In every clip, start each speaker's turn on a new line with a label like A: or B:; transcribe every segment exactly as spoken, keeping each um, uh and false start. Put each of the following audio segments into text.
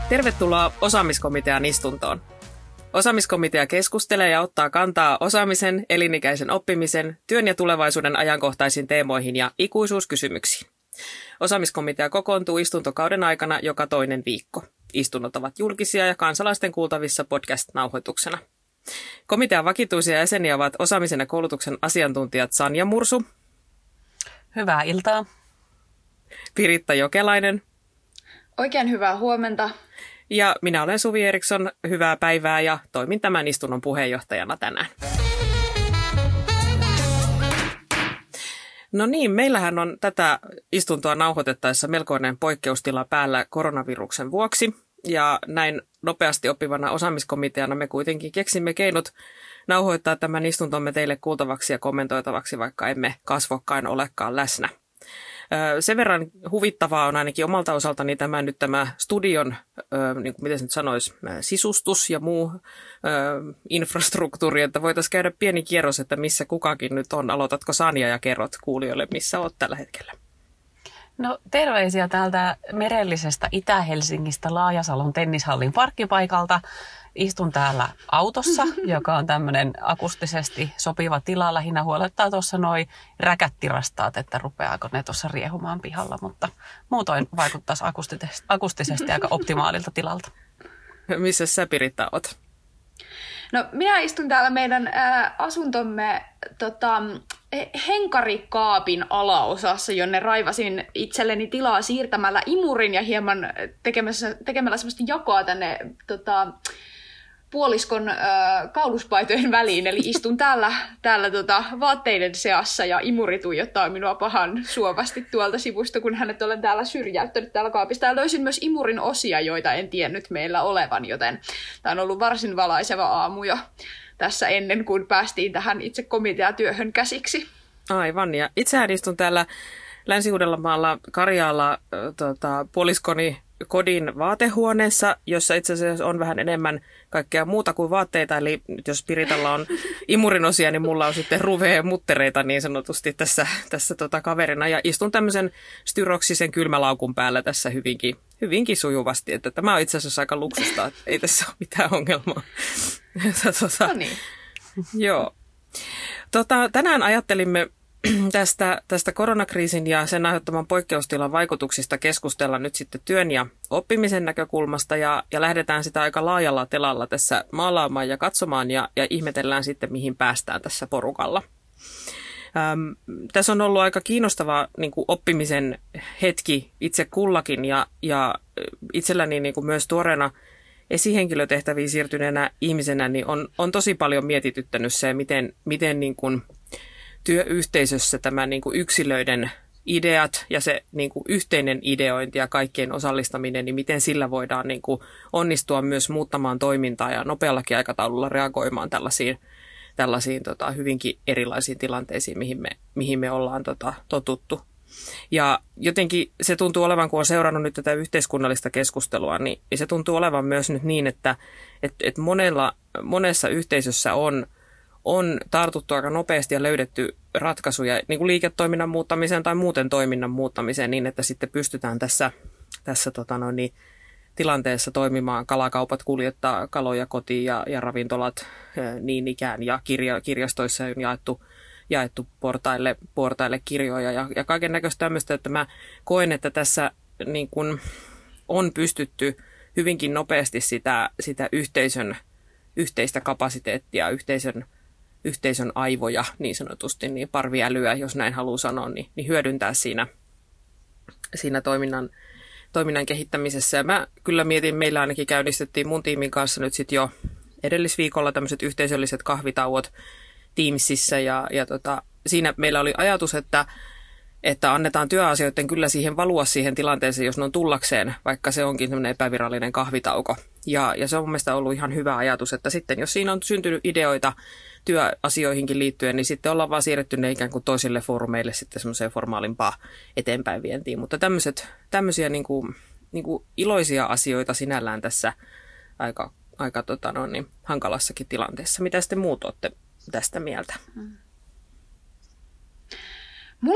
A: Tervetuloa Osaamiskomitean istuntoon. Osaamiskomitea keskustelee ja ottaa kantaa osaamisen, elinikäisen oppimisen, työn ja tulevaisuuden ajankohtaisiin teemoihin ja ikuisuuskysymyksiin. Osaamiskomitea kokoontuu istuntokauden aikana joka toinen viikko. Istunnot ovat julkisia ja kansalaisten kuultavissa podcast-nauhoituksena. Komitean vakituisia jäseniä ovat osaamisen ja koulutuksen asiantuntijat Sanja Mursu.
B: Hyvää iltaa.
A: Piritta Jokelainen.
C: Oikein hyvää huomenta.
A: Ja minä olen Suvi Eriksson. Hyvää päivää ja toimin tämän istunnon puheenjohtajana tänään. No niin, meillähän on tätä istuntoa nauhoitettaessa melkoinen poikkeustila päällä koronaviruksen vuoksi. Ja näin nopeasti oppivana osaamiskomiteana me kuitenkin keksimme keinot nauhoittaa tämän istuntomme teille kuultavaksi ja kommentoitavaksi, vaikka emme kasvokkain olekaan läsnä. Sen verran huvittavaa on ainakin omalta osaltani tämä nyt tämä studion, niin kuin miten se nyt sanoisi, sisustus ja muu infrastruktuuri, että voitaisiin käydä pieni kierros, että missä kukakin nyt on. Aloitatko Sanja ja kerrot kuulijoille, missä olet tällä hetkellä?
B: No terveisiä täältä merellisestä Itä-Helsingistä Laajasalon tennishallin parkkipaikalta. Istun täällä autossa, joka on tämmöinen akustisesti sopiva tila. Lähinnä huolettaa tuossa noi räkättirastaat, että rupeaako ne tuossa riehumaan pihalla, mutta muutoin vaikuttaisi akustisesti, akustisesti aika optimaalilta tilalta.
A: Missä sä Piritta oot?
C: No minä istun täällä meidän ää, asuntomme tota, henkarikaapin alaosassa, jonne raivasin itselleni tilaa siirtämällä imurin ja hieman tekemässä, tekemällä semmoista jakoa tänne tota, puoliskon äh, kauluspaitojen väliin, eli istun täällä, täällä tota, vaatteiden seassa ja imuri tuijottaa minua pahan suovasti tuolta sivusta, kun hänet olen täällä syrjäyttänyt täällä kaapista. Ja löysin myös imurin osia, joita en tiennyt meillä olevan, joten tämä on ollut varsin valaiseva aamu jo tässä ennen kuin päästiin tähän itse komiteatyöhön käsiksi.
A: Aivan, ja itsehän istun täällä Länsi-Uudellamaalla Karjaalla äh, tota, puoliskoni kodin vaatehuoneessa, jossa itse asiassa on vähän enemmän kaikkea muuta kuin vaatteita. Eli jos Piritalla on imurin osia, niin mulla on sitten ruveja ja muttereita niin sanotusti tässä, tässä tota kaverina. Ja istun tämmöisen styroksisen kylmälaukun päällä tässä hyvinkin, hyvinkin sujuvasti. Että tämä on itse asiassa aika luksusta, että ei tässä ole mitään ongelmaa. tota,
C: no niin.
A: Joo. Tota, tänään ajattelimme Tästä, tästä koronakriisin ja sen aiheuttaman poikkeustilan vaikutuksista keskustella nyt sitten työn ja oppimisen näkökulmasta ja, ja lähdetään sitä aika laajalla telalla tässä maalaamaan ja katsomaan ja, ja ihmetellään sitten, mihin päästään tässä porukalla. Äm, tässä on ollut aika kiinnostava niin kuin oppimisen hetki itse kullakin ja, ja itselläni niin kuin myös tuoreena esihenkilötehtäviin siirtyneenä ihmisenä niin on, on tosi paljon mietityttänyt se, miten, miten niin kuin työyhteisössä tämä niin kuin yksilöiden ideat ja se niin kuin yhteinen ideointi ja kaikkien osallistaminen, niin miten sillä voidaan niin kuin onnistua myös muuttamaan toimintaa ja nopeallakin aikataululla reagoimaan tällaisiin, tällaisiin tota, hyvinkin erilaisiin tilanteisiin, mihin me, mihin me ollaan tota, totuttu. Ja jotenkin se tuntuu olevan, kun on seurannut nyt tätä yhteiskunnallista keskustelua, niin se tuntuu olevan myös nyt niin, että et, et monella, monessa yhteisössä on on tartuttu aika nopeasti ja löydetty ratkaisuja niin kuin liiketoiminnan muuttamiseen tai muuten toiminnan muuttamiseen niin, että sitten pystytään tässä, tässä tota noin, niin, tilanteessa toimimaan. Kalakaupat kuljettaa kaloja kotiin ja, ja ravintolat niin ikään ja kirja, kirjastoissa on jaettu, jaettu portaille, portaille kirjoja ja, ja kaiken näköistä tämmöistä, että mä koen, että tässä niin kuin on pystytty hyvinkin nopeasti sitä, sitä yhteisön, yhteistä kapasiteettia, yhteisön yhteisön aivoja niin sanotusti, niin parviälyä, jos näin haluaa sanoa, niin, niin hyödyntää siinä, siinä toiminnan, toiminnan kehittämisessä. Ja mä kyllä mietin, meillä ainakin käynnistettiin mun tiimin kanssa nyt sitten jo edellisviikolla tämmöiset yhteisölliset kahvitauot Teamsissa ja, ja tota, siinä meillä oli ajatus, että, että annetaan työasioiden kyllä siihen valua siihen tilanteeseen, jos ne on tullakseen, vaikka se onkin semmoinen epävirallinen kahvitauko. Ja, ja se on mun mielestä ollut ihan hyvä ajatus, että sitten jos siinä on syntynyt ideoita työasioihinkin liittyen, niin sitten ollaan vaan siirretty ne ikään kuin toisille foorumeille sitten semmoiseen formaalimpaa eteenpäin vientiin. Mutta tämmöiset, tämmöisiä niin kuin, niin kuin iloisia asioita sinällään tässä aika, aika tota no, niin, hankalassakin tilanteessa. Mitä sitten muut olette tästä mieltä?
C: Mulla oli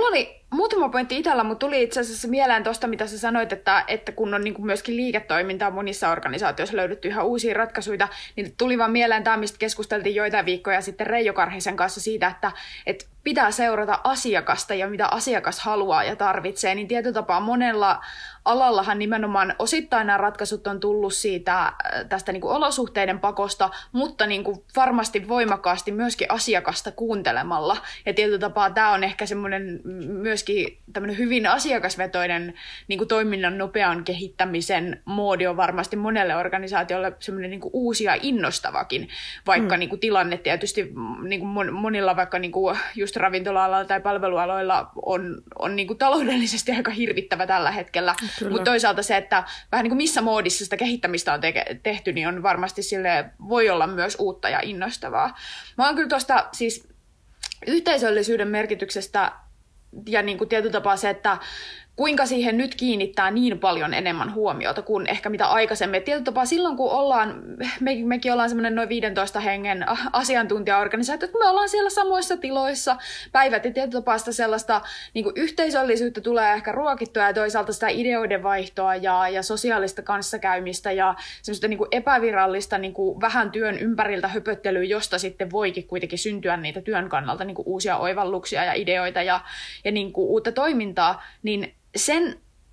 C: muutama pointti itsellä, mutta tuli itse asiassa mieleen tuosta, mitä sä sanoit, että, että kun on niin kuin myöskin liiketoimintaa monissa organisaatioissa löydetty ihan uusia ratkaisuja, niin tuli vaan mieleen tämä, mistä keskusteltiin joitain viikkoja sitten Reijo Karhisen kanssa siitä, että, että pitää seurata asiakasta ja mitä asiakas haluaa ja tarvitsee, niin tietyllä tapaa monella alallahan nimenomaan osittain nämä ratkaisut on tullut siitä tästä niin kuin olosuhteiden pakosta, mutta niin kuin varmasti voimakkaasti myöskin asiakasta kuuntelemalla. Ja tietyllä tapaa tämä on ehkä semmoinen myöskin tämmöinen hyvin asiakasvetoinen niin kuin toiminnan nopean kehittämisen moodi on varmasti monelle organisaatiolle semmoinen niin kuin uusi ja innostavakin, vaikka mm. niin kuin tilanne tietysti niin kuin monilla vaikka niin kuin just ravintola-alalla tai palvelualoilla on, on niin kuin taloudellisesti aika hirvittävä tällä hetkellä. Mutta toisaalta se, että vähän niin kuin missä moodissa sitä kehittämistä on te- tehty, niin on varmasti sille voi olla myös uutta ja innostavaa. Mä oon kyllä tuosta siis yhteisöllisyyden merkityksestä ja niin kuin tietyllä tapaa se, että kuinka siihen nyt kiinnittää niin paljon enemmän huomiota kuin ehkä mitä aikaisemmin. Tietyllä tapaa silloin, kun ollaan, me, mekin ollaan semmoinen noin viidentoista hengen asiantuntijaorganisaatio, että me ollaan siellä samoissa tiloissa päivät ja tietyllä tapaa sitä sellaista niin kuin yhteisöllisyyttä tulee ehkä ruokittua ja toisaalta sitä ideoiden vaihtoa ja, ja sosiaalista kanssakäymistä ja semmoista niin kuin epävirallista niin kuin vähän työn ympäriltä höpöttelyä, josta sitten voikin kuitenkin syntyä niitä työn kannalta niin kuin uusia oivalluksia ja ideoita ja, ja niin kuin uutta toimintaa, niin sen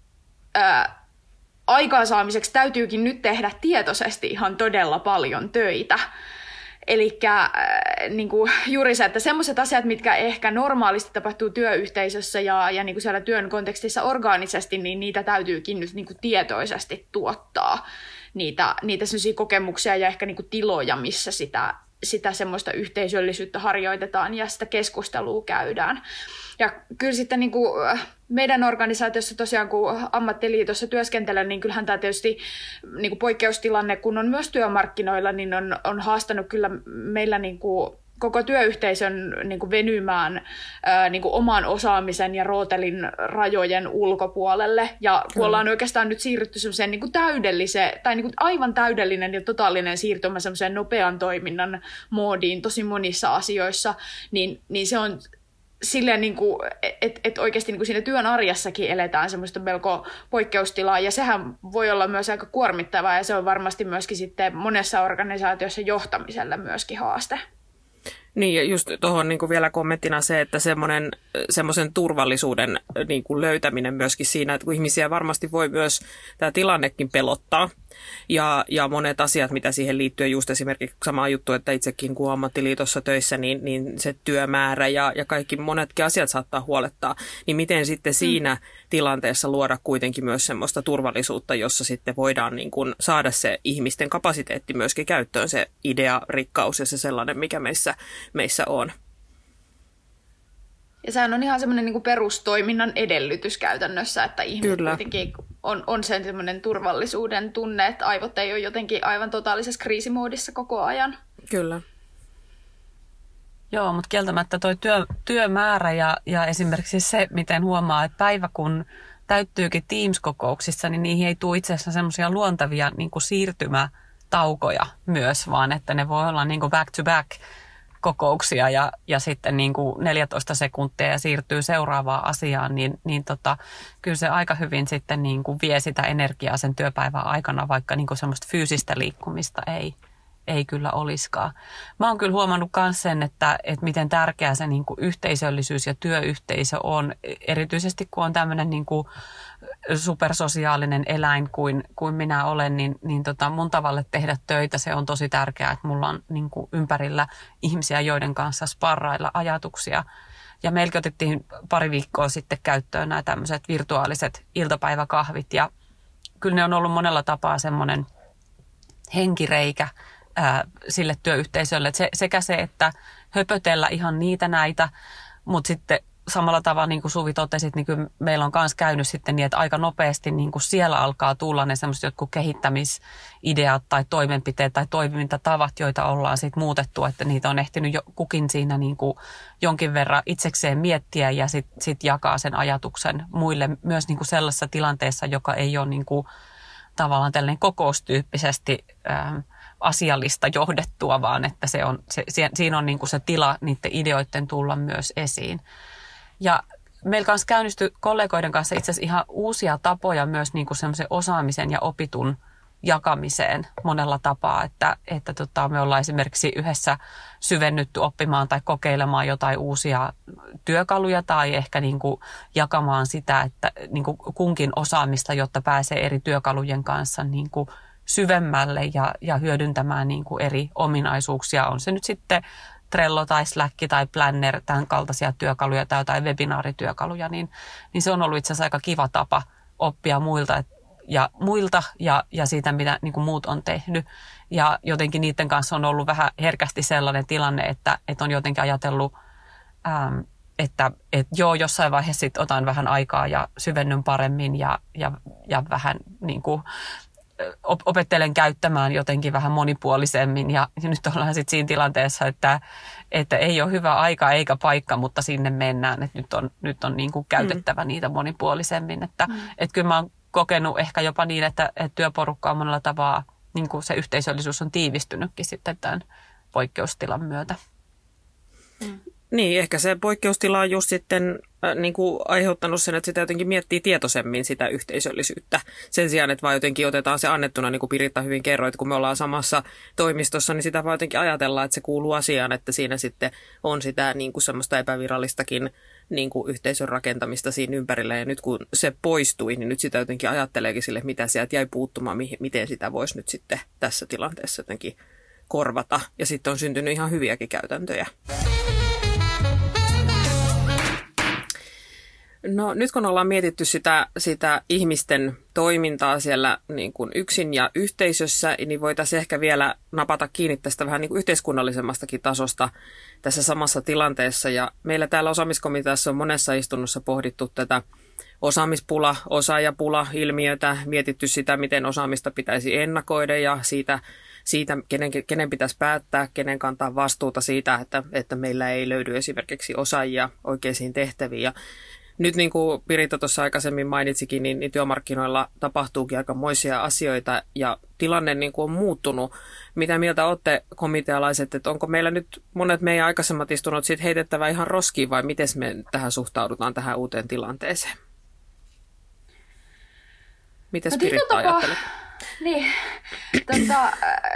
C: ää, aikaansaamiseksi täytyykin nyt tehdä tietoisesti ihan todella paljon töitä. Eli niin juuri se, että sellaiset asiat, mitkä ehkä normaalisti tapahtuu työyhteisössä ja, ja niin kuin siellä työn kontekstissa orgaanisesti, niin niitä täytyykin nyt niin kuin tietoisesti tuottaa. Niitä, niitä sellaisia kokemuksia ja ehkä niin kuin tiloja, missä sitä, sitä semmoista yhteisöllisyyttä harjoitetaan ja sitä keskustelua käydään. Ja kyllä sitten niin kuin meidän organisaatiossa tosiaan, kun ammattiliitossa työskentelen, niin kyllähän tämä tietysti niin kuin poikkeustilanne, kun on myös työmarkkinoilla, niin on, on haastanut kyllä meillä niin kuin koko työyhteisön niin kuin venymään ää, niin kuin oman osaamisen ja rootelin rajojen ulkopuolelle. Ja kun Kyllä. ollaan oikeastaan nyt siirrytty semmoiseen niin kuin täydelliseen, tai niin kuin aivan täydellinen ja totaalinen siirtymä semmoiseen nopean toiminnan moodiin tosi monissa asioissa, niin, niin se on silleen, niin että et oikeasti niin kuin siinä työn arjessakin eletään semmoista melko poikkeustilaa, ja sehän voi olla myös aika kuormittavaa, ja se on varmasti myöskin sitten monessa organisaatiossa johtamiselle myöskin haaste.
A: Niin, ja just tuohon niin kuin vielä kommenttina se, että semmoinen, semmoisen turvallisuuden niin kuin löytäminen myöskin siinä, että kun ihmisiä varmasti voi myös tämä tilannekin pelottaa. Ja, ja monet asiat, mitä siihen liittyy, just esimerkiksi sama juttu, että itsekin kun ammattiliitossa töissä, niin, niin se työmäärä ja, ja kaikki monetkin asiat saattaa huolettaa. Niin miten sitten siinä mm. tilanteessa luoda kuitenkin myös semmoista turvallisuutta, jossa sitten voidaan niin kuin saada se ihmisten kapasiteetti myöskin käyttöön, se idea, rikkaus ja se sellainen, mikä meissä meissä on.
C: Ja sehän on ihan semmoinen niin kuin perustoiminnan edellytys käytännössä, että ihmiset Kyllä. kuitenkin on, on sen semmoinen turvallisuuden tunne, että aivot ei ole jotenkin aivan totaalisessa kriisimoodissa koko ajan.
A: Kyllä.
B: Joo, mutta kieltämättä toi työ, työmäärä ja, ja esimerkiksi se, miten huomaa, että päivä kun täyttyykin Teams-kokouksissa, niin niihin ei tule itse asiassa semmoisia luontavia niin kuin siirtymätaukoja myös, vaan että ne voi olla niin kuin back to back kokouksia ja, ja sitten niin kuin neljätoista sekuntia ja siirtyy seuraavaan asiaan, niin, niin tota, kyllä se aika hyvin sitten niin kuin vie sitä energiaa sen työpäivän aikana, vaikka niin kuin semmoista fyysistä liikkumista ei, ei kyllä olisikaan. Mä oon kyllä huomannut myös sen, että, että miten tärkeää se niin kuin yhteisöllisyys ja työyhteisö on, erityisesti kun on tämmöinen niin kuin supersosiaalinen eläin kuin, kuin minä olen, niin, niin tota mun tavalle tehdä töitä, se on tosi tärkeää, että mulla on niin kuin ympärillä ihmisiä, joiden kanssa sparrailla ajatuksia. Ja meilläkin otettiin pari viikkoa sitten käyttöön nämä tämmöiset virtuaaliset iltapäiväkahvit, ja kyllä ne on ollut monella tapaa semmoinen henkireikä ää, sille työyhteisölle. Se, sekä se, että höpötellä ihan niitä näitä, mutta sitten samalla tavalla, niin kuin Suvi totesit, niin kyllä meillä on myös käynyt sitten niin, että aika nopeasti niin kuin siellä alkaa tulla ne semmoiset jotkut kehittämisideat tai toimenpiteet tai toimintatavat, joita ollaan sitten muutettu, että niitä on ehtinyt jo kukin siinä niin kuin jonkin verran itsekseen miettiä ja sitten sit jakaa sen ajatuksen muille myös niin kuin sellaisessa tilanteessa, joka ei ole niin kuin tavallaan tällainen kokoustyyppisesti ähm, asiallista johdettua, vaan että se on, se, siinä on niin kuin se tila niiden ideoiden tulla myös esiin. Ja meillä kanssa käynnistyi kollegoiden kanssa itse asiassa ihan uusia tapoja myös niin kuin semmoisen osaamisen ja opitun jakamiseen monella tapaa, että, että tota, me ollaan esimerkiksi yhdessä syvennytty oppimaan tai kokeilemaan jotain uusia työkaluja tai ehkä niin kuin jakamaan sitä, että niin kuin kunkin osaamista, jotta pääsee eri työkalujen kanssa niin kuin syvemmälle ja, ja hyödyntämään niin kuin eri ominaisuuksia. On se nyt sitten Trello tai Slack tai Planner, tämän kaltaisia työkaluja tai jotain webinaarityökaluja, niin, niin se on ollut itse asiassa aika kiva tapa oppia muilta ja, muilta ja, ja siitä, mitä niin kuin muut on tehnyt. Ja jotenkin niiden kanssa on ollut vähän herkästi sellainen tilanne, että, että on jotenkin ajatellut, ähm, että, että joo, jossain vaiheessa sit otan vähän aikaa ja syvennyn paremmin ja, ja, ja vähän niin kuin opettelen käyttämään jotenkin vähän monipuolisemmin ja, ja nyt ollaan sitten siinä tilanteessa, että, että ei ole hyvä aika eikä paikka, mutta sinne mennään, että nyt on, nyt on niin kuin käytettävä mm. niitä monipuolisemmin, että, mm. että kyllä mä oon kokenut ehkä jopa niin, että, että työporukka on monella tavalla, niin kuin se yhteisöllisyys on tiivistynytkin sitten tämän poikkeustilan myötä.
A: Mm. Niin, ehkä se poikkeustila on just sitten äh, niin kuin aiheuttanut sen, että sitä jotenkin miettii tietoisemmin sitä yhteisöllisyyttä. Sen sijaan, että vaan jotenkin otetaan se annettuna, niin kuin Piritta hyvin kerroi, että kun me ollaan samassa toimistossa, niin sitä vaan jotenkin ajatellaan, että se kuuluu asiaan, että siinä sitten on sitä niin kuin semmoista epävirallistakin niin kuin yhteisön rakentamista siinä ympärillä. Ja nyt kun se poistui, niin nyt sitä jotenkin ajatteleekin sille, mitä sieltä jäi puuttumaan, miten sitä voisi nyt sitten tässä tilanteessa jotenkin korvata. Ja sitten on syntynyt ihan hyviäkin käytäntöjä. No nyt kun ollaan mietitty sitä, sitä ihmisten toimintaa siellä niin kuin yksin ja yhteisössä, niin voitaisiin ehkä vielä napata kiinni tästä vähän niin kuin yhteiskunnallisemmastakin tasosta tässä samassa tilanteessa. Ja meillä täällä osaamiskomiteassa on monessa istunnossa pohdittu tätä osaamispula, osaajapula-ilmiötä, mietitty sitä, miten osaamista pitäisi ennakoida ja siitä, siitä kenen, kenen pitäisi päättää, kenen kantaa vastuuta siitä, että, että meillä ei löydy esimerkiksi osaajia oikeisiin tehtäviin. Ja nyt niin kuin Piritta tuossa aikaisemmin mainitsikin, niin, niin työmarkkinoilla tapahtuukin aikamoisia asioita ja tilanne niin kuin on muuttunut. Mitä mieltä olette komitealaiset, että onko meillä nyt monet meidän aikaisemmat istunnot siitä heitettävä ihan roskiin vai miten me tähän suhtaudutaan tähän uuteen tilanteeseen? Mites no, Piritta ajattelet?
C: Niin, tota,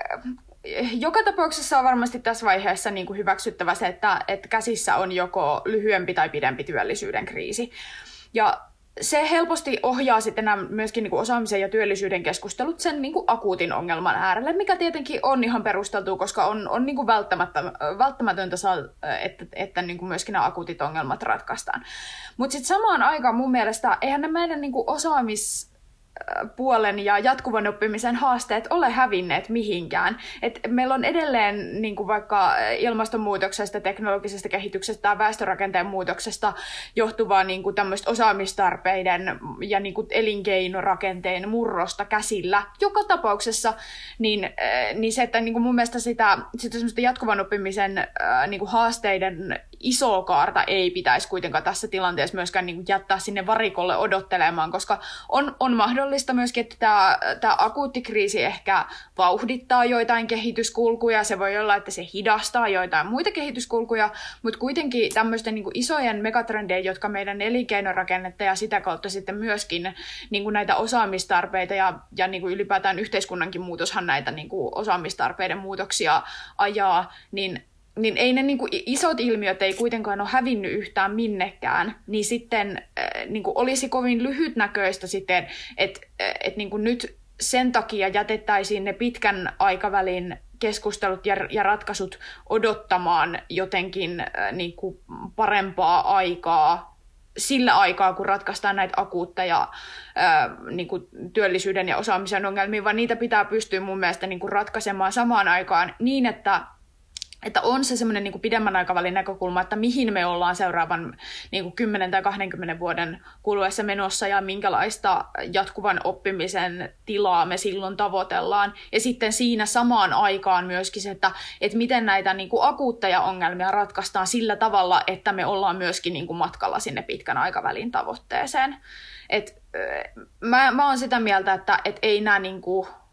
C: joka tapauksessa on varmasti tässä vaiheessa niin kuin hyväksyttävä se, että, että käsissä on joko lyhyempi tai pidempi työllisyyden kriisi. Ja se helposti ohjaa sitten nämä myöskin niin kuin osaamisen ja työllisyyden keskustelut sen niin kuin akuutin ongelman äärelle, mikä tietenkin on ihan perusteltua, koska on, on niin kuin välttämätöntä, että, että niin kuin myöskin nämä akuutit ongelmat ratkaistaan. Mutta sitten samaan aikaan mun mielestä eihän ne meidän niin kuin osaamis puolen ja jatkuvan oppimisen haasteet ole hävinneet mihinkään. Et meillä on edelleen niin kuin vaikka ilmastonmuutoksesta, teknologisesta kehityksestä tai väestörakenteen muutoksesta johtuvaa niin kuin tämmöistä osaamistarpeiden ja niin kuin elinkeinorakenteen murrosta käsillä. Joka tapauksessa niin, niin se, että niin kuin mun mielestä sitä, sitä semmoista jatkuvan oppimisen niin kuin haasteiden isoa kaarta ei pitäisi kuitenkaan tässä tilanteessa myöskään niin kuin jättää sinne varikolle odottelemaan, koska on, on mahdollista myöskin, että tämä, tämä akuutti kriisi ehkä vauhdittaa joitain kehityskulkuja, se voi olla, että se hidastaa joitain muita kehityskulkuja, mutta kuitenkin tämmöisten niin kuin isojen megatrendien, jotka meidän elinkeinorakennetta ja sitä kautta sitten myöskin niin kuin näitä osaamistarpeita ja, ja niin kuin ylipäätään yhteiskunnankin muutoshan näitä niin kuin osaamistarpeiden muutoksia ajaa, niin niin ei ne niin kuin isot ilmiöt ei kuitenkaan ole hävinnyt yhtään minnekään, niin sitten niin kuin olisi kovin lyhytnäköistä sitten, että, että niin kuin nyt sen takia jätettäisiin ne pitkän aikavälin keskustelut ja, ja ratkaisut odottamaan jotenkin niin kuin parempaa aikaa, sillä aikaa, kun ratkaistaan näitä akuutteja ää, niin kuin työllisyyden ja osaamisen ongelmia, vaan niitä pitää pystyä mun mielestä niin kuin ratkaisemaan samaan aikaan niin, että Että on se semmoinen niin kuin pidemmän aikavälin näkökulma, että mihin me ollaan seuraavan niin kuin kymmenen tai kahdenkymmenen vuoden kuluessa menossa ja minkälaista jatkuvan oppimisen tilaa me silloin tavoitellaan. Ja sitten siinä samaan aikaan myöskin se, että, että miten näitä niin kuin akuutteja ongelmia ratkaistaan sillä tavalla, että me ollaan myöskin niin kuin matkalla sinne pitkän aikavälin tavoitteeseen. Et, mä, mä oon sitä mieltä, että et ei nämä... Niin kuin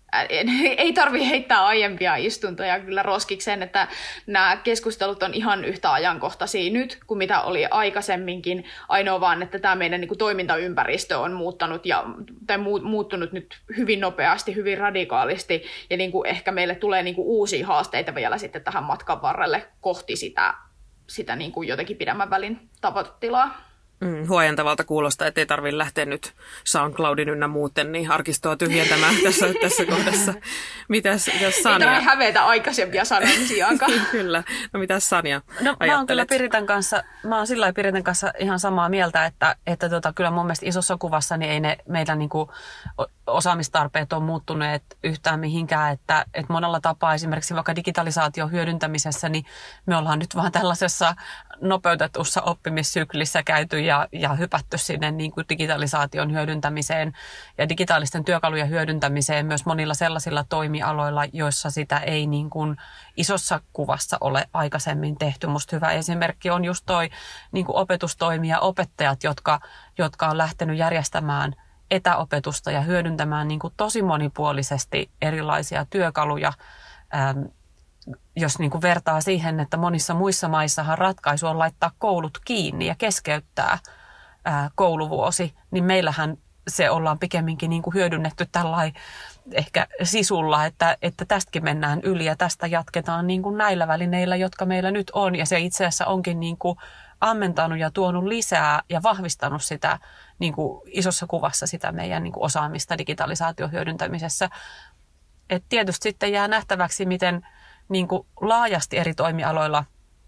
C: ei tarvitse heittää aiempia istuntoja kyllä roskikseen, että nämä keskustelut on ihan yhtä ajankohtaisia nyt kuin mitä oli aikaisemminkin. Ainoa vaan, että tämä meidän niin kuin toimintaympäristö on muuttanut ja, tai muuttunut nyt hyvin nopeasti, hyvin radikaalisti ja niin kuin ehkä meille tulee niin kuin uusia haasteita vielä sitten tähän matkan varrelle kohti sitä, sitä niin kuin jotenkin pidemmän välin tavoitetilaa.
A: Mm, huojentavalta kuulostaa, ettei tarvitse lähteä nyt SoundCloudin ynnä muuten niin arkistoa tyhjentämään tässä, tässä kohdassa. Mitäs, mitäs Sanja?
C: Ei tarvitse hävetä aikaisempia sanomisiaankaan.
A: Kyllä. No mitäs Sanja
B: No mä oon kyllä Piritan kanssa, mä oon sillä Piritan kanssa ihan samaa mieltä, että, että tota, kyllä mun mielestä isossa kuvassa niin ei ne meidän niinku osaamistarpeet on muuttuneet yhtään mihinkään, että, että monella tapaa esimerkiksi vaikka digitalisaation hyödyntämisessä, niin me ollaan nyt vaan tällaisessa nopeutetussa oppimissyklissä käyty ja, ja hypätty sinne niin kuin digitalisaation hyödyntämiseen ja digitaalisten työkalujen hyödyntämiseen myös monilla sellaisilla toimialoilla, joissa sitä ei niin kuin isossa kuvassa ole aikaisemmin tehty. Musta hyvä esimerkki on just toi niin kuin opetustoimi ja opettajat, jotka, jotka on lähtenyt järjestämään etäopetusta ja hyödyntämään niin kuin tosi monipuolisesti erilaisia työkaluja. Ähm, jos niin kuin vertaa siihen, että monissa muissa maissahan ratkaisu on laittaa koulut kiinni ja keskeyttää ää, kouluvuosi, niin meillähän se ollaan pikemminkin niin kuin hyödynnetty tällainen ehkä sisulla, että, että tästäkin mennään yli ja tästä jatketaan niin kuin näillä välineillä, jotka meillä nyt on. Ja se itse asiassa onkin niin kuin ammentanut ja tuonut lisää ja vahvistanut sitä niin kuin isossa kuvassa sitä meidän niin kuin osaamista digitalisaation hyödyntämisessä. Et tietysti sitten jää nähtäväksi, miten niin kuin laajasti eri toimialoilla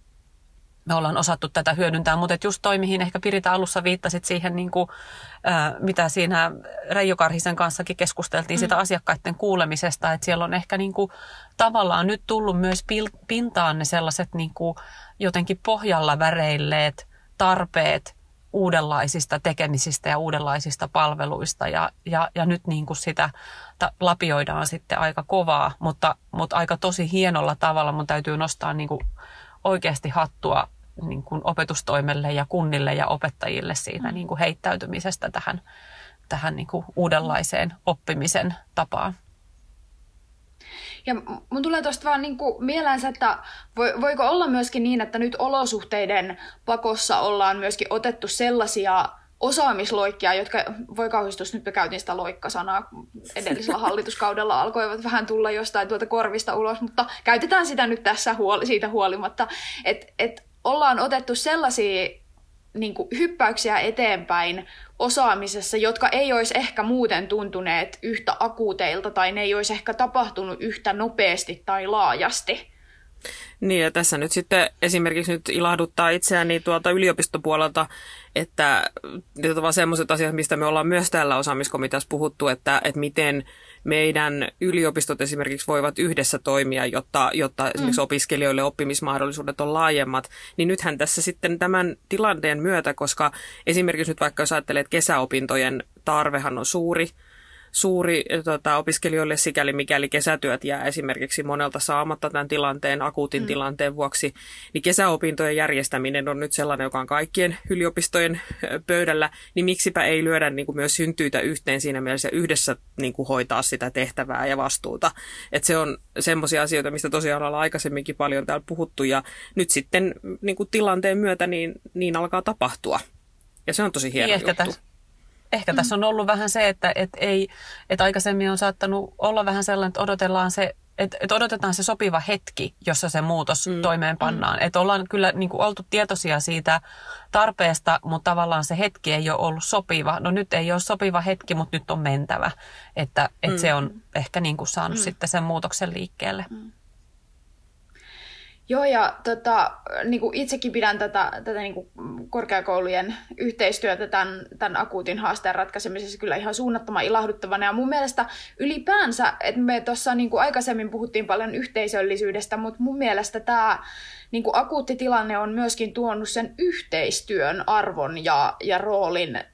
B: me ollaan osattu tätä hyödyntää, mutta just toi, mihin ehkä Pirita alussa viittasit siihen, niin kuin, ää, mitä siinä Reijo Karhisen kanssakin keskusteltiin mm. sitä asiakkaiden kuulemisesta, että siellä on ehkä niin kuin, tavallaan nyt tullut myös pil- pintaan ne sellaiset niin kuin, jotenkin pohjalla väreilleet tarpeet uudenlaisista tekemisistä ja uudenlaisista palveluista ja, ja, ja nyt niin kuin sitä ta- lapioidaan sitten aika kovaa, mutta, mutta aika tosi hienolla tavalla. Mun täytyy nostaa niin kuin oikeasti hattua niin kuin opetustoimelle ja kunnille ja opettajille siitä mm. niin kuin heittäytymisestä tähän, tähän niin kuin uudenlaiseen oppimisen tapaan.
C: Ja mun tulee tuosta vaan niin kuin mieleensä, että voiko olla myöskin niin, että nyt olosuhteiden pakossa ollaan myöskin otettu sellaisia osaamisloikkia, jotka, voi kauhistus, nyt me käytiin sitä loikkasanaa edellisellä hallituskaudella, alkoivat vähän tulla jostain tuolta korvista ulos, mutta käytetään sitä nyt tässä huoli, siitä huolimatta, että et ollaan otettu sellaisia niin kuin hyppäyksiä eteenpäin osaamisessa, jotka ei olisi ehkä muuten tuntuneet yhtä akuuteilta tai ne ei olisi ehkä tapahtunut yhtä nopeasti tai laajasti.
A: Niin ja tässä nyt sitten esimerkiksi nyt ilahduttaa itseäni tuolta yliopistopuolelta, että vaan sellaiset asiat, mistä me ollaan myös täällä osaamiskomiteassa puhuttu, että, että miten meidän yliopistot esimerkiksi voivat yhdessä toimia, jotta, jotta mm. esimerkiksi opiskelijoille oppimismahdollisuudet on laajemmat. Niin nythän tässä sitten tämän tilanteen myötä, koska esimerkiksi nyt vaikka jos ajattelee, että kesäopintojen tarvehan on suuri, suuri tota, opiskelijoille sikäli, mikäli kesätyöt jää esimerkiksi monelta saamatta tämän tilanteen, akuutin mm. tilanteen vuoksi, niin kesäopintojen järjestäminen on nyt sellainen, joka on kaikkien yliopistojen pöydällä, niin miksipä ei lyödä niin kuin myös syntyitä yhteen siinä mielessä yhdessä niin kuin hoitaa sitä tehtävää ja vastuuta. Että se on semmoisia asioita, mistä tosiaan ollaan aikaisemminkin paljon täällä puhuttu ja nyt sitten niin kuin tilanteen myötä niin, niin alkaa tapahtua. Ja se on tosi hieno juttu. Täs.
B: Ehkä mm. tässä on ollut vähän se, että et ei, et aikaisemmin on saattanut olla vähän sellainen, että odotellaan se, että et odotetaan se sopiva hetki, jossa se muutos mm. toimeenpannaan. Mm. Että ollaan kyllä niin kuin, oltu tietoisia siitä tarpeesta, mutta tavallaan se hetki ei ole ollut sopiva. No nyt ei ole sopiva hetki, mutta nyt on mentävä. Että et mm. se on ehkä niin kuin, saanut mm. sitten sen muutoksen liikkeelle. Mm.
C: Joo, ja tota, niin kuin itsekin pidän tätä, tätä niin kuin korkeakoulujen yhteistyötä tämän, tämän akuutin haasteen ratkaisemisessa kyllä ihan suunnattoman ilahduttavana. Ja mun mielestä ylipäänsä, että me tuossa niin kuin aikaisemmin puhuttiin paljon yhteisöllisyydestä, mutta mun mielestä tämä niin kuin akuutti tilanne on myöskin tuonut sen yhteistyön arvon ja, ja roolin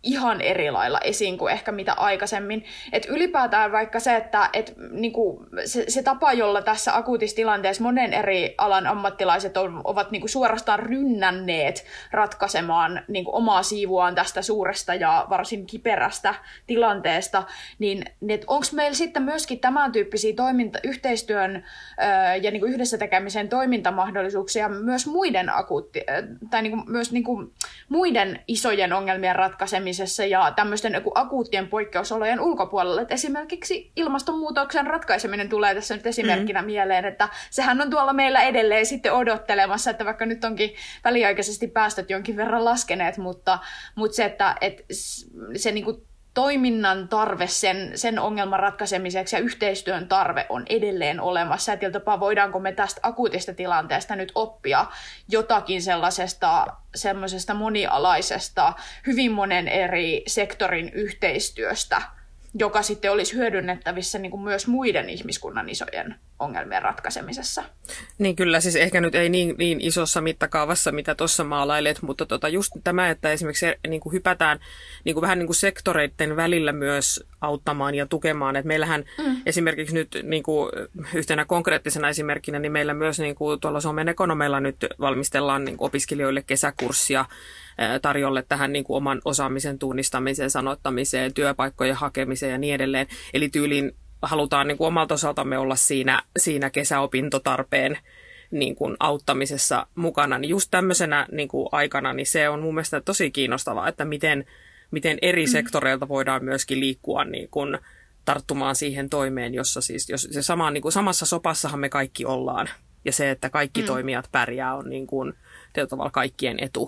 C: ihan eri lailla esiin kuin ehkä mitä aikaisemmin. Et ylipäätään vaikka se, että et, niinku, se, se tapa, jolla tässä akuutissa tilanteessa monen eri alan ammattilaiset on, ovat niinku, suorastaan rynnänneet ratkaisemaan niinku, omaa siivuaan tästä suuresta ja varsin kiperästä tilanteesta, niin onko meillä sitten myöskin tämän tyyppisiä toiminta, yhteistyön ää, ja niinku, yhdessä tekemisen toimintamahdollisuuksia myös muiden, akuutti, tai niinku, myös niinku, muiden isojen ongelmien ratkaisemisessa ja tämmöisten akuuttien poikkeusolojen ulkopuolella. Et esimerkiksi ilmastonmuutoksen ratkaiseminen tulee tässä nyt esimerkkinä mm. mieleen, että sehän on tuolla meillä edelleen sitten odottelemassa, että vaikka nyt onkin väliaikaisesti päästöt jonkin verran laskeneet, mutta, mutta se, että, että se niinku toiminnan tarve sen, sen ongelman ratkaisemiseksi ja yhteistyön tarve on edelleen olemassa. Ja tapaa voidaanko me tästä akuutista tilanteesta nyt oppia jotakin sellaisesta, sellaisesta monialaisesta, hyvin monen eri sektorin yhteistyöstä, joka sitten olisi hyödynnettävissä niin kuin myös muiden ihmiskunnan isojen ongelmien ratkaisemisessa.
A: Niin kyllä, siis ehkä nyt ei niin, niin isossa mittakaavassa, mitä tuossa maalailet, mutta tota just tämä, että esimerkiksi niin kuin hypätään niin kuin vähän niin kuin sektoreiden välillä myös auttamaan ja tukemaan. Et meillähän mm. esimerkiksi nyt niin kuin yhtenä konkreettisena esimerkkinä, niin meillä myös niin kuin tuolla Suomen ekonomeilla nyt valmistellaan niin kuin opiskelijoille kesäkurssia tarjolle tähän niin kuin oman osaamisen tunnistamiseen, sanottamiseen, työpaikkojen hakemiseen ja niin edelleen. Eli tyyliin halutaan niin kuin omalta osaltamme olla siinä, siinä kesäopintotarpeen niin kuin auttamisessa mukana. Niin just tämmöisenä niin kuin aikana niin se on mun mielestä tosi kiinnostavaa, että miten, miten eri mm. sektoreilta voidaan myöskin liikkua niin kuin tarttumaan siihen toimeen, jossa siis jos se sama, niin kuin samassa sopassahan me kaikki ollaan. Ja se, että kaikki mm. toimijat pärjää, on niin kuin tietyllä tavalla kaikkien etu.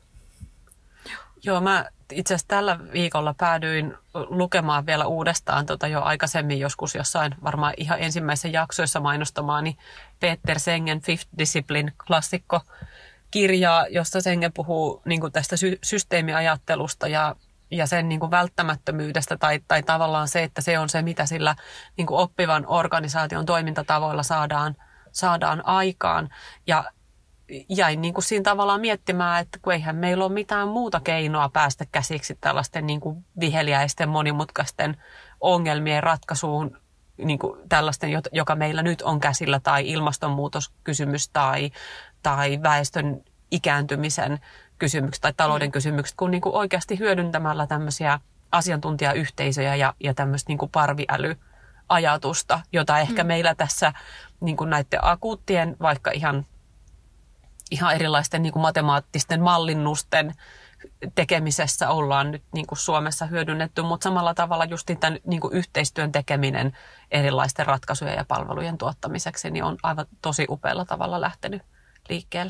B: Joo, mä itse asiassa tällä viikolla päädyin lukemaan vielä uudestaan tota jo aikaisemmin joskus jossain varmaan ihan ensimmäisessä jaksoissa mainostamaani Peter Sengen Fifth Discipline-klassikko kirjaa, jossa Sengen puhuu niin kuin tästä sy- systeemiajattelusta ja, ja sen niin kuin välttämättömyydestä tai, tai tavallaan se, että se on se, mitä sillä niin kuin oppivan organisaation toimintatavoilla saadaan, saadaan aikaan. Ja jäin niin kuin siinä tavallaan miettimään, että kun eihän meillä ole mitään muuta keinoa päästä käsiksi tällaisten niin kuin viheliäisten monimutkaisten ongelmien ratkaisuun, niin kuin tällaisten, joka meillä nyt on käsillä, tai ilmastonmuutoskysymys tai, tai väestön ikääntymisen kysymykset tai talouden kysymykset, kun niin kuin oikeasti hyödyntämällä tämmöisiä asiantuntijayhteisöjä ja, ja tämmöistä niin kuin parviälyajatusta, jota ehkä mm. meillä tässä niin kuin näiden akuuttien, vaikka ihan ihan erilaisten niin kuin matemaattisten mallinnusten tekemisessä ollaan nyt niin kuin Suomessa hyödynnetty, mutta samalla tavalla just tämän niin kuin yhteistyön tekeminen erilaisten ratkaisujen ja palvelujen tuottamiseksi niin on aivan tosi upealla tavalla lähtenyt liikkeelle.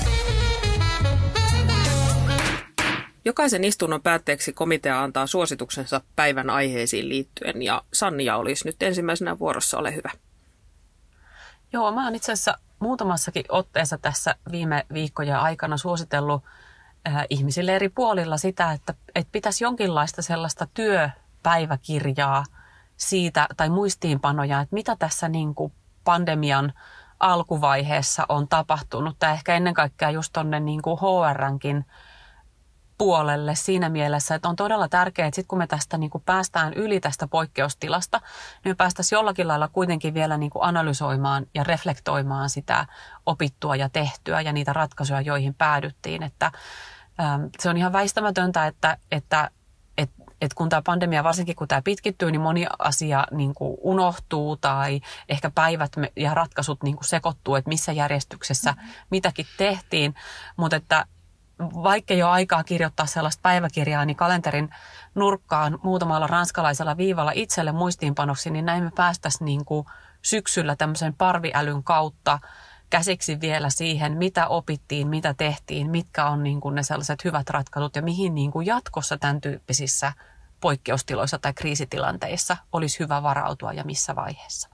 A: Jokaisen istunnon päätteeksi komitea antaa suosituksensa päivän aiheisiin liittyen ja Sannia olisi nyt ensimmäisenä vuorossa, ole hyvä.
B: Joo, mä oon itse asiassa muutamassakin otteessa tässä viime viikkojen aikana suositellut äh, ihmisille eri puolilla sitä, että, että pitäisi jonkinlaista sellaista työpäiväkirjaa siitä tai muistiinpanoja, että mitä tässä niin kuin pandemian alkuvaiheessa on tapahtunut. Tai ehkä ennen kaikkea just tuonne niin kuin H R:nkin puolelle siinä mielessä, että on todella tärkeää, että sitten kun me tästä niin kuin päästään yli tästä poikkeustilasta, niin me päästäisiin jollakin lailla kuitenkin vielä niin kuin analysoimaan ja reflektoimaan sitä opittua ja tehtyä ja niitä ratkaisuja, joihin päädyttiin. Että, ähm, se on ihan väistämätöntä, että, että et, et kun tämä pandemia, varsinkin kun tämä pitkittyy, niin moni asia niin kuin unohtuu tai ehkä päivät ja ratkaisut niin kuin sekoittuu, että missä järjestyksessä mm-hmm. mitäkin tehtiin, mutta että vaikka ei ole aikaa kirjoittaa sellaista päiväkirjaa, niin kalenterin nurkkaan muutamalla ranskalaisella viivalla itselle muistiinpanoksi, niin näin me päästäisiin niin kuin syksyllä tämmöisen parviälyn kautta käsiksi vielä siihen, mitä opittiin, mitä tehtiin, mitkä on niin kuin ne sellaiset hyvät ratkaisut ja mihin niin kuin jatkossa tämän tyyppisissä poikkeustiloissa tai kriisitilanteissa olisi hyvä varautua ja missä vaiheessa.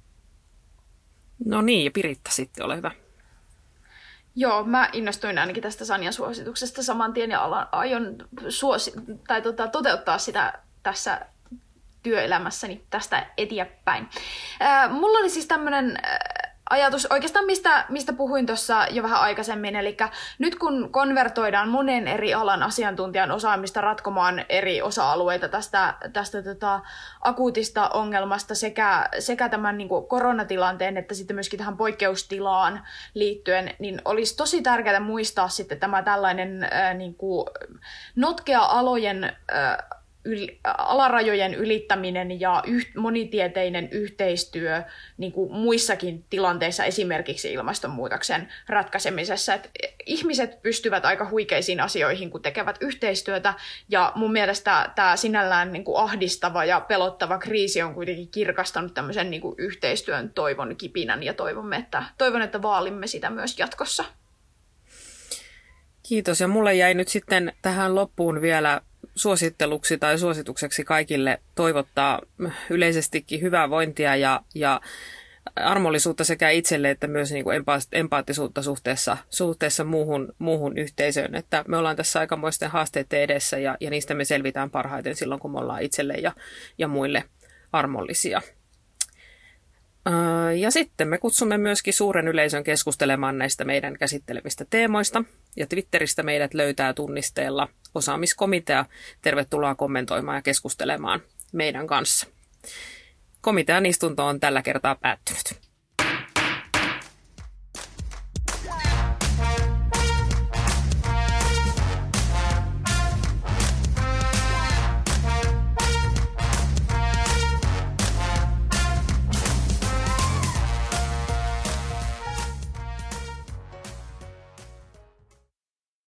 A: No niin, ja Piritta sitten, ole hyvä.
C: Joo, mä innostuin ainakin tästä Sanjan suosituksesta saman tien ja alan, aion suosi, tai tota, toteuttaa sitä tässä työelämässäni tästä eteenpäin. Äh, mulla oli siis tämmöinen äh, ajatus oikeastaan, mistä, mistä puhuin tuossa jo vähän aikaisemmin. Eli nyt kun konvertoidaan monen eri alan asiantuntijan osaamista ratkomaan eri osa-alueita tästä, tästä tota, akuutista ongelmasta sekä, sekä tämän niin kuin koronatilanteen että sitten myöskin tähän poikkeustilaan liittyen, niin olisi tosi tärkeää muistaa sitten tämä tällainen äh, niin kuin notkea alojen äh, Yli, alarajojen ylittäminen ja yh, monitieteinen yhteistyö niin kuin muissakin tilanteissa, esimerkiksi ilmastonmuutoksen ratkaisemisessa. Et ihmiset pystyvät aika huikeisiin asioihin, kun tekevät yhteistyötä, ja mun mielestä tämä sinällään niin kuin ahdistava ja pelottava kriisi on kuitenkin kirkastanut tämmöisen niin kuin yhteistyön toivon kipinän, ja toivomme, että, toivon, että vaalimme sitä myös jatkossa.
A: Kiitos, ja mulle jäi nyt sitten tähän loppuun vielä suositteluksi tai suositukseksi kaikille toivottaa yleisestikin hyvää vointia ja, ja armollisuutta sekä itselle että myös niin kuin empaattisuutta suhteessa, suhteessa muuhun, muuhun yhteisöön. Että me ollaan tässä aikamoisten haasteiden edessä ja, ja niistä me selvitään parhaiten silloin, kun me ollaan itselle ja, ja muille armollisia. Ja sitten me kutsumme myöskin suuren yleisön keskustelemaan näistä meidän käsittelemistä teemoista. Ja Twitteristä meidät löytää tunnisteella osaamiskomitea. Tervetuloa kommentoimaan ja keskustelemaan meidän kanssa. Komitean istunto on tällä kertaa päättynyt.